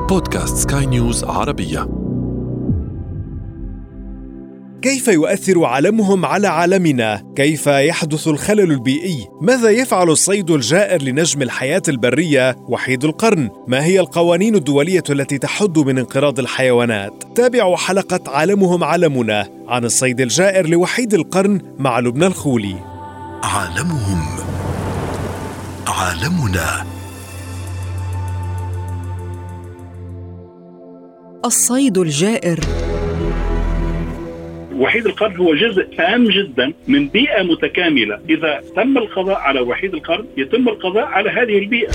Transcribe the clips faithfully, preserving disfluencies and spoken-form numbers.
بودكاست سكاي نيوز عربية. كيف يؤثر عالمهم على عالمنا؟ كيف يحدث الخلل البيئي؟ ماذا يفعل الصيد الجائر لنجم الحياة البرية وحيد القرن؟ ما هي القوانين الدولية التي تحد من انقراض الحيوانات؟ تابعوا حلقة عالمهم عالمنا عن الصيد الجائر لوحيد القرن مع لبنى الخولي. عالمهم عالمنا. الصيد الجائر. وحيد القرن هو جزء هام جدا من بيئة متكاملة. إذا تم القضاء على وحيد القرن يتم القضاء على هذه البيئة.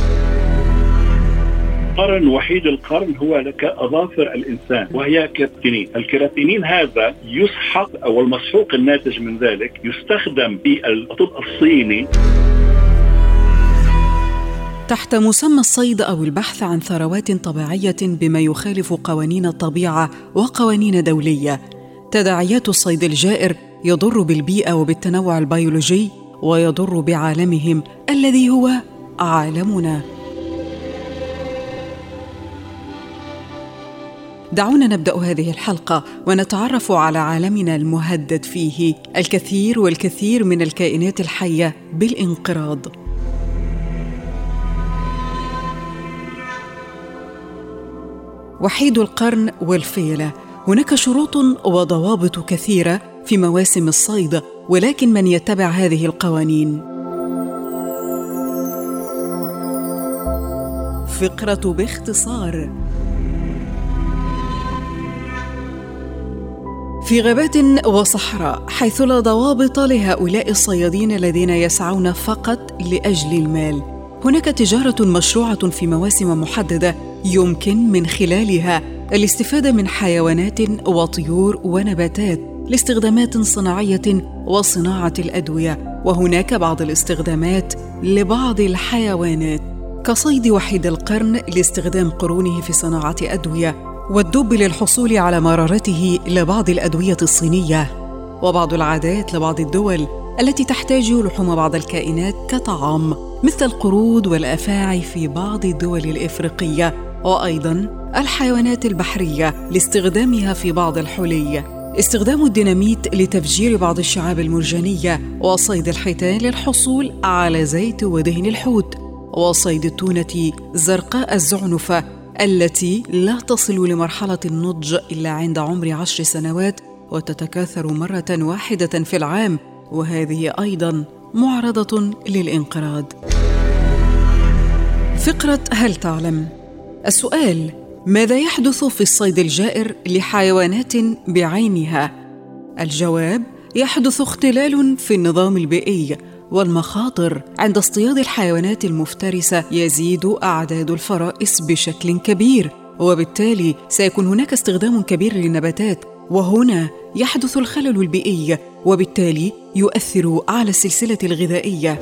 قرن وحيد القرن هو لك أظافر الإنسان وهي كيراتينين. الكيراتينين هذا يسحق أو المسحوق الناتج من ذلك يستخدم في الطب الصيني تحت مسمى الصيد أو البحث عن ثروات طبيعية بما يخالف قوانين الطبيعة وقوانين دولية. تداعيات الصيد الجائر يضر بالبيئة وبالتنوع البيولوجي ويضر بعالمهم الذي هو عالمنا. دعونا نبدأ هذه الحلقة ونتعرف على عالمنا المهدد فيه الكثير والكثير من الكائنات الحية بالانقراض. وحيد القرن والفيلة. هناك شروط وضوابط كثيرة في مواسم الصيد، ولكن من يتبع هذه القوانين؟ فقرة باختصار. في غابات وصحراء حيث لا ضوابط لهؤلاء الصيادين الذين يسعون فقط لأجل المال، هناك تجارة مشروعة في مواسم محددة يمكن من خلالها الاستفادة من حيوانات وطيور ونباتات لاستخدامات صناعية وصناعة الأدوية. وهناك بعض الاستخدامات لبعض الحيوانات كصيد وحيد القرن لاستخدام قرونه في صناعة أدوية، والدب للحصول على مرارته لبعض الأدوية الصينية، وبعض العادات لبعض الدول التي تحتاج لحوم بعض الكائنات كطعام مثل القرود والأفاعي في بعض الدول الإفريقية، وأيضاً الحيوانات البحرية لاستخدامها في بعض الحلي، استخدام الديناميت لتفجير بعض الشعاب المرجانية، وصيد الحيتان للحصول على زيت ودهن الحوت، وصيد التونة زرقاء الزعنفة التي لا تصل لمرحلة النضج إلا عند عمر عشر سنوات وتتكاثر مرة واحدة في العام، وهذه أيضاً معرضة للانقراض. فقرة هل تعلم؟ السؤال: ماذا يحدث في الصيد الجائر لحيوانات بعينها؟ الجواب: يحدث اختلال في النظام البيئي، والمخاطر عند اصطياد الحيوانات المفترسة يزيد أعداد الفرائس بشكل كبير، وبالتالي سيكون هناك استخدام كبير للنباتات، وهنا يحدث الخلل البيئي وبالتالي يؤثر على السلسلة الغذائية.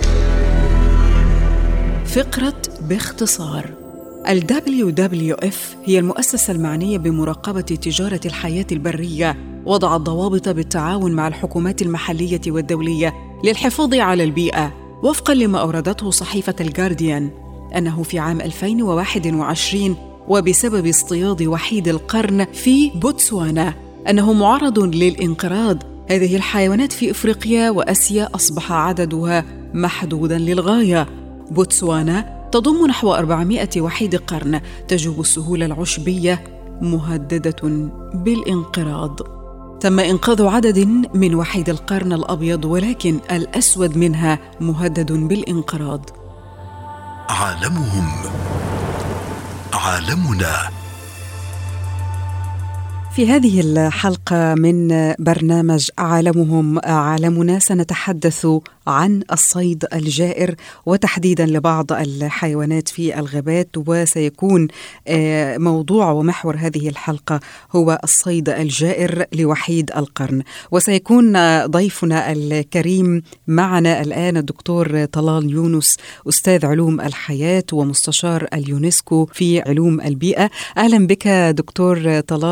فقرة باختصار. ال دبليو دبليو إف هي المؤسسة المعنية بمراقبة تجارة الحياة البرية، وضعت ضوابط بالتعاون مع الحكومات المحلية والدولية للحفاظ على البيئة، وفقاً لما أوردته صحيفة الجارديان أنه في عام ألفين وواحد وعشرين وبسبب اصطياد وحيد القرن في بوتسوانا أنه معرض للانقراض. هذه الحيوانات في إفريقيا وآسيا أصبح عددها محدوداً للغاية. بوتسوانا تضم نحو أربعمائة وحيد قرن تجوب السهول العشبية، مهددة بالانقراض. تم إنقاذ عدد من وحيد القرن الأبيض، ولكن الأسود منها مهدد بالانقراض. عالمهم عالمنا. في هذه الحلقة من برنامج عالمهم عالمنا سنتحدث عن الصيد الجائر وتحديدا لبعض الحيوانات في الغابات، وسيكون موضوع ومحور هذه الحلقة هو الصيد الجائر لوحيد القرن. وسيكون ضيفنا الكريم معنا الآن الدكتور طلال يونس، أستاذ علوم الحياة ومستشار اليونسكو في علوم البيئة. أهلا بك دكتور طلال على سكاي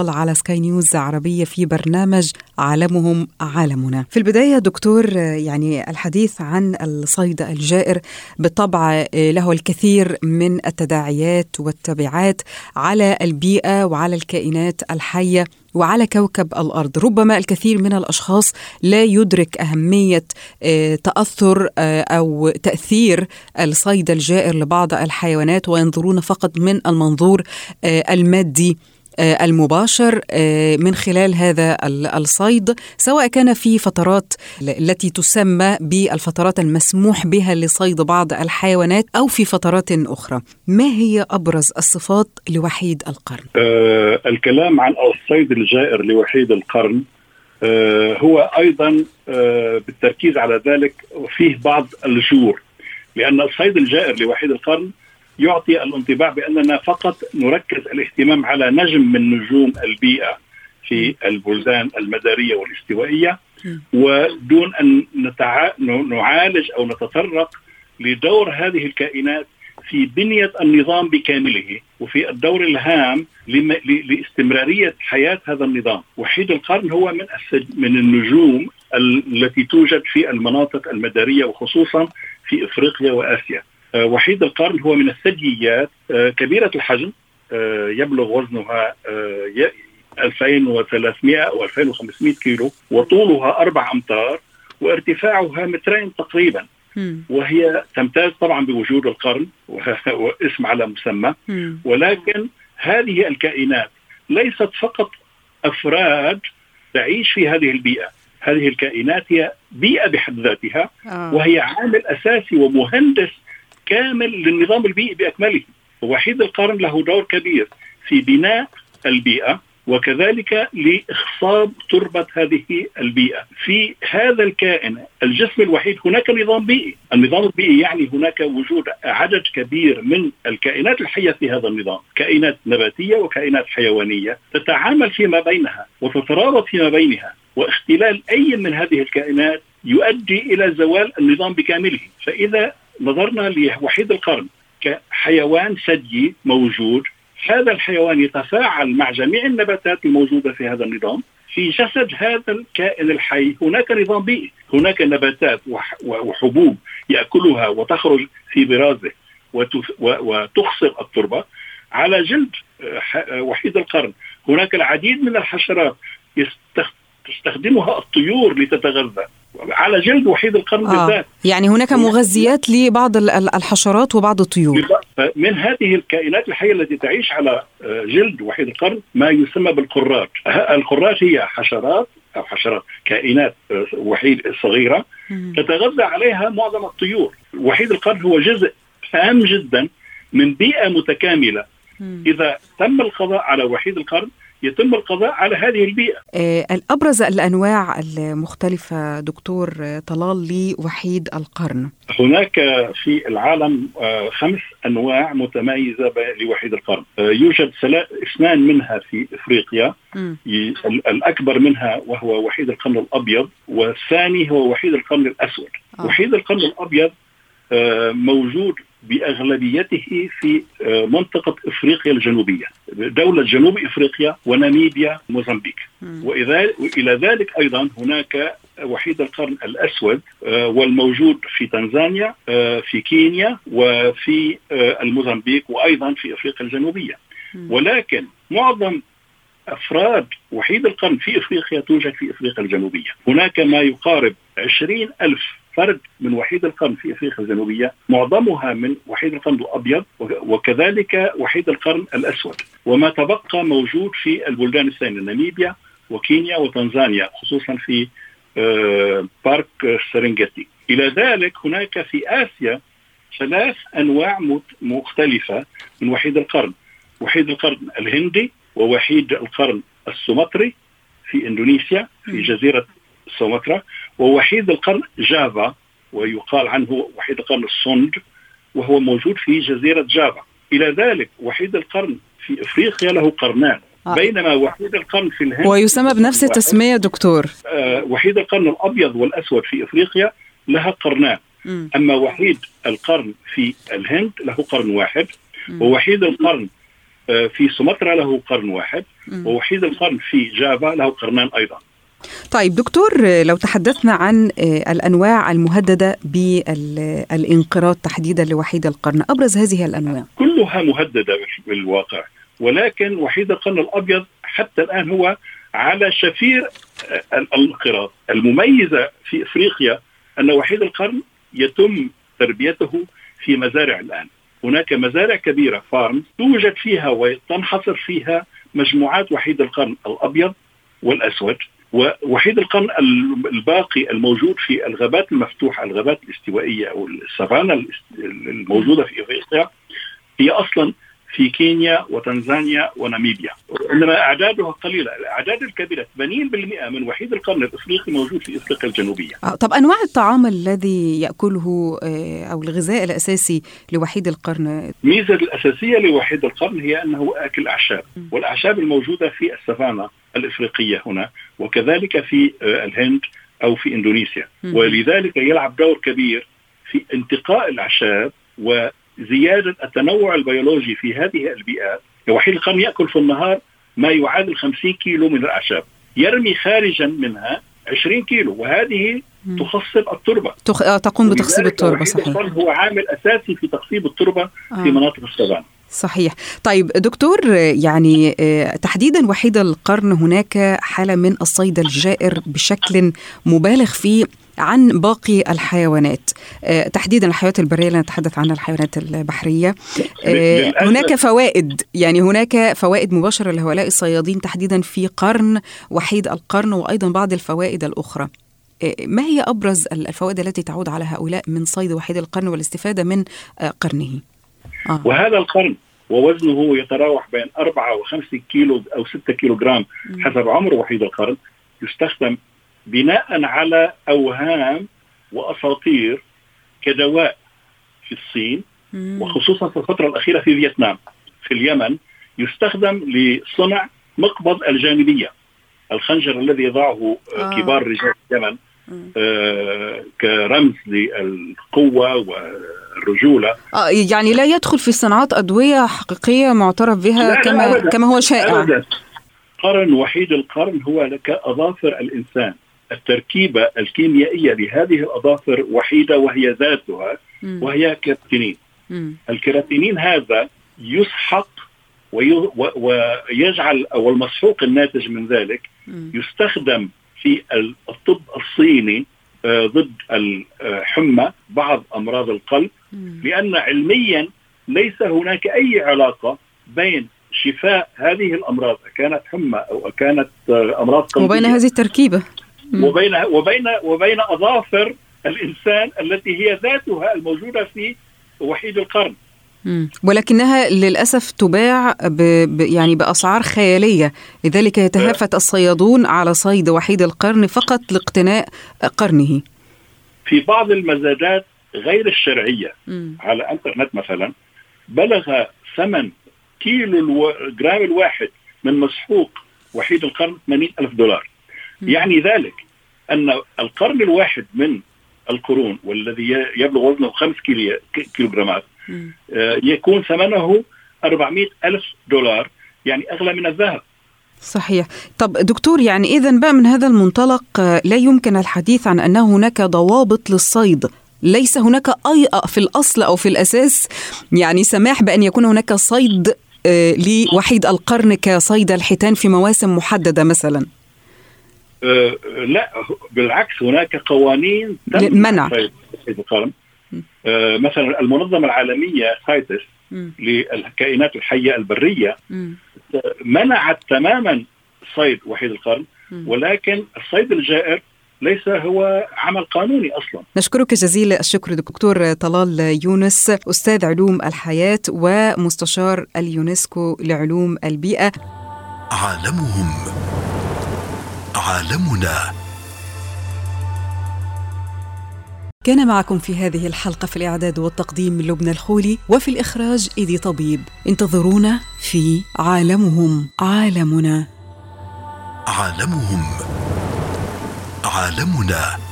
سكاي نيوز عربية في برنامج عالمهم عالمنا. في البداية دكتور، يعني الحديث عن الصيد الجائر بالطبع له الكثير من التداعيات والتبعات على البيئة وعلى الكائنات الحية وعلى كوكب الأرض. ربما الكثير من الأشخاص لا يدرك أهمية تأثر أو تأثير الصيد الجائر لبعض الحيوانات، وينظرون فقط من المنظور المادي المباشر من خلال هذا الصيد، سواء كان في فترات التي تسمى بالفترات المسموح بها لصيد بعض الحيوانات أو في فترات أخرى. ما هي أبرز الصفات لوحيد القرن؟ آه الكلام عن الصيد الجائر لوحيد القرن آه هو أيضا آه بالتركيز على ذلك فيه بعض الجور، لأن الصيد الجائر لوحيد القرن يعطي الانطباع بأننا فقط نركز الاهتمام على نجم من نجوم البيئة في البلدان المدارية والاستوائية، ودون أن نتع... نعالج أو نتطرق لدور هذه الكائنات في بنية النظام بكامله، وفي الدور الهام لم... لاستمرارية حياة هذا النظام. وحيد القرن هو من السج... من النجوم التي توجد في المناطق المدارية وخصوصا في إفريقيا وآسيا. وحيد القرن هو من الثدييات كبيرة الحجم، يبلغ وزنها ألفين وثلاثمائة أو ألفين وخمسمائة كيلو، وطولها أربع أمتار وارتفاعها مترين تقريبا. وهي تمتاز طبعا بوجود القرن واسم على مسمى، ولكن هذه الكائنات ليست فقط أفراد تعيش في هذه البيئة. هذه الكائنات هي بيئة بحد ذاتها، وهي عامل أساسي ومهندس كامل للنظام البيئي بأكمله. وحيد القرن له دور كبير في بناء البيئة وكذلك لإخصاب تربة هذه البيئة. في هذا الكائن الجسم الوحيد هناك نظام بيئي. النظام البيئي يعني هناك وجود عدد كبير من الكائنات الحية في هذا النظام، كائنات نباتية وكائنات حيوانية تتعامل فيما بينها وتترابط فيما بينها، واختلال أي من هذه الكائنات يؤدي إلى زوال النظام بكامله. فإذا نظرنا لوحيد القرن كحيوان ثديي موجود، هذا الحيوان يتفاعل مع جميع النباتات الموجودة في هذا النظام. في جسد هذا الكائن الحي هناك نظام بيئي، هناك نباتات وحبوب يأكلها وتخرج في برازه وتخسر التربة. على جلد وحيد القرن هناك العديد من الحشرات تستخدمها الطيور لتتغذى، على جلد وحيد القرن آه. بالذات. يعني هناك مغذيات لبعض الحشرات وبعض الطيور. من هذه الكائنات الحية التي تعيش على جلد وحيد القرن ما يسمى بالقرات. القرات هي حشرات أو حشرات كائنات وحيد صغيرة تتغذى عليها معظم الطيور. وحيد القرن هو جزء هام جدا من بيئة متكاملة. إذا تم القضاء على وحيد القرن يتم القضاء على هذه البيئة. الأبرز الأنواع المختلفة دكتور طلال لوحيد القرن؟ هناك في العالم خمس أنواع متميزة لوحيد القرن. يوجد اثنان منها في إفريقيا، م. الأكبر منها وهو وحيد القرن الأبيض، والثاني هو وحيد القرن الأسود. آه. وحيد القرن الأبيض موجود بأغلبيته في منطقة إفريقيا الجنوبية، دولة جنوب إفريقيا وناميبيا وموزمبيق. وإلى ذلك أيضا هناك وحيد القرن الأسود والموجود في تنزانيا، في كينيا، وفي الموزمبيق، وأيضا في إفريقيا الجنوبية. ولكن معظم أفراد وحيد القرن في إفريقيا توجد في إفريقيا الجنوبية. هناك ما يقارب عشرين ألف فرد من وحيد القرن في أفريقيا الجنوبية، معظمها من وحيد القرن الأبيض وكذلك وحيد القرن الأسود. وما تبقى موجود في البلدان الثانية، ناميبيا وكينيا وتنزانيا، خصوصا في بارك سرنجتي. إلى ذلك هناك في آسيا ثلاث أنواع مختلفة من وحيد القرن: وحيد القرن الهندي، ووحيد القرن السومطري في إندونيسيا في جزيرة سومطرة، ووحيد القرن جافا ويقال عنه وحيد القرن الصند وهو موجود في جزيرة جافا. إلى ذلك وحيد القرن في إفريقيا له قرنان، آه. بينما وحيد القرن في الهند ويسمى بنفس التسمية دكتور. آه وحيد القرن الأبيض والأسود في إفريقيا لها قرنان، م. أما وحيد القرن في الهند له قرن واحد، م. ووحيد القرن في سومطرة له قرن واحد، ووحيد القرن في جافا له قرنان أيضا. طيب دكتور، لو تحدثنا عن الأنواع المهددة بالانقراض تحديدا لوحيد القرن، أبرز هذه الأنواع؟ كلها مهددة بالواقع، ولكن وحيد القرن الأبيض حتى الآن هو على شفير الانقراض. المميزة في إفريقيا أن وحيد القرن يتم تربيته في مزارع الآن. هناك مزارع كبيرة فارم توجد فيها وتنحصر فيها مجموعات وحيد القرن الأبيض والأسود. ووحيد القرن الباقي الموجود في الغابات المفتوحة، الغابات الاستوائية أو السافانا الموجودة في إفريقيا، هي أصلا في كينيا وتنزانيا وناميبيا، إنما أعدادها قليلة. الأعداد الكبيرة ثمانين بالمئة من وحيد القرن الإفريقي موجود في إفريقيا الجنوبية. طب أنواع الطعام الذي يأكله أو الغذاء الأساسي لوحيد القرن؟ الميزة الأساسية لوحيد القرن هي أنه أكل أعشاب، والأعشاب الموجودة في السافانا الإفريقية هنا وكذلك في الهند أو في إندونيسيا، ولذلك يلعب دور كبير في انتقاء الأعشاب وزيادة التنوع البيولوجي في هذه البيئات. وحيد القرن يأكل في النهار ما يعادل خمسين كيلو من الأعشاب، يرمي خارجا منها عشرين كيلو، وهذه تخصب التربة، تخ... تقوم بتخصيب التربة. صحيح، هو عامل أساسي في تخصيب التربة آه. في مناطق السافانا. صحيح. طيب دكتور، يعني تحديدا وحيد القرن هناك حالة من الصيد الجائر بشكل مبالغ فيه عن باقي الحيوانات، تحديدا الحيوانات البرية، لا نتحدث عن الحيوانات البحرية. هناك فوائد، يعني هناك فوائد مباشرة لهؤلاء الصيادين تحديدا في قرن وحيد القرن، وأيضا بعض الفوائد الأخرى. ما هي أبرز الفوائد التي تعود على هؤلاء من صيد وحيد القرن والاستفادة من قرنه؟ آه. وهذا القرن ووزنه يتراوح بين أربعة وخمسة كيلو أو ستة كيلو جرام حسب عمر وحيد القرن، يستخدم بناء على أوهام وأساطير كدواء في الصين، وخصوصا في الفترة الأخيرة في فيتنام. في اليمن يستخدم لصنع مقبض الجانبية، الخنجر الذي يضعه آه. كبار رجال اليمن آه كرمز للقوة والرجولة. آه يعني لا يدخل في صناعات أدوية حقيقية معترف بها لا كما لا كما هو شائع. أبداً. قرن وحيد القرن هو لك أظافر الإنسان، التركيبة الكيميائية لهذه الأظافر وحيدة وهي ذاتها، وهي كيراتينين. الكيراتينين هذا يسحق ويجعل أو المسحوق الناتج من ذلك يستخدم في الطب الصيني ضد الحمى، بعض أمراض القلب، لأن علميا ليس هناك أي علاقة بين شفاء هذه الأمراض، كانت حمى أو كانت أمراض قلبية، وبين هذه التركيبة وبين وبين وبين أظافر الإنسان التي هي ذاتها الموجودة في وحيد القرن. مم. ولكنها للأسف تباع ب... ب... يعني بأسعار خيالية، لذلك يتهافت الصيادون على صيد وحيد القرن فقط لاقتناء قرنه. في بعض المزادات غير الشرعية مم. على الانترنت مثلا بلغ ثمن كيلو الجرام الواحد من مسحوق وحيد القرن ثمانين ألف دولار. مم. يعني ذلك أن القرن الواحد من القرون والذي يبلغ وزنه خمس كيلو كيلوغرامات يكون ثمنه أربعمائة ألف دولار، يعني أغلى من الذهب. صحيح. طب دكتور، يعني إذن بقى من هذا المنطلق لا يمكن الحديث عن أن هناك ضوابط للصيد، ليس هناك أي في الأصل أو في الأساس يعني سماح بأن يكون هناك صيد لوحيد القرن كصيد الحيتان في مواسم محددة مثلا؟ أه لا، بالعكس هناك قوانين منع وحيد القرن. أه مثلا المنظمة العالمية سايتس للكائنات الحية البرية م. منعت تماما صيد وحيد القرن، م. ولكن الصيد الجائر ليس هو عمل قانوني أصلا. نشكرك جزيل الشكر دكتور طلال يونس، أستاذ علوم الحياة ومستشار اليونسكو لعلوم البيئة. عالمهم عالمنا. كان معكم في هذه الحلقة في الإعداد والتقديم لبنى الخولي، وفي الإخراج إيدي طبيب. انتظرونا في عالمهم عالمنا. عالمهم عالمنا.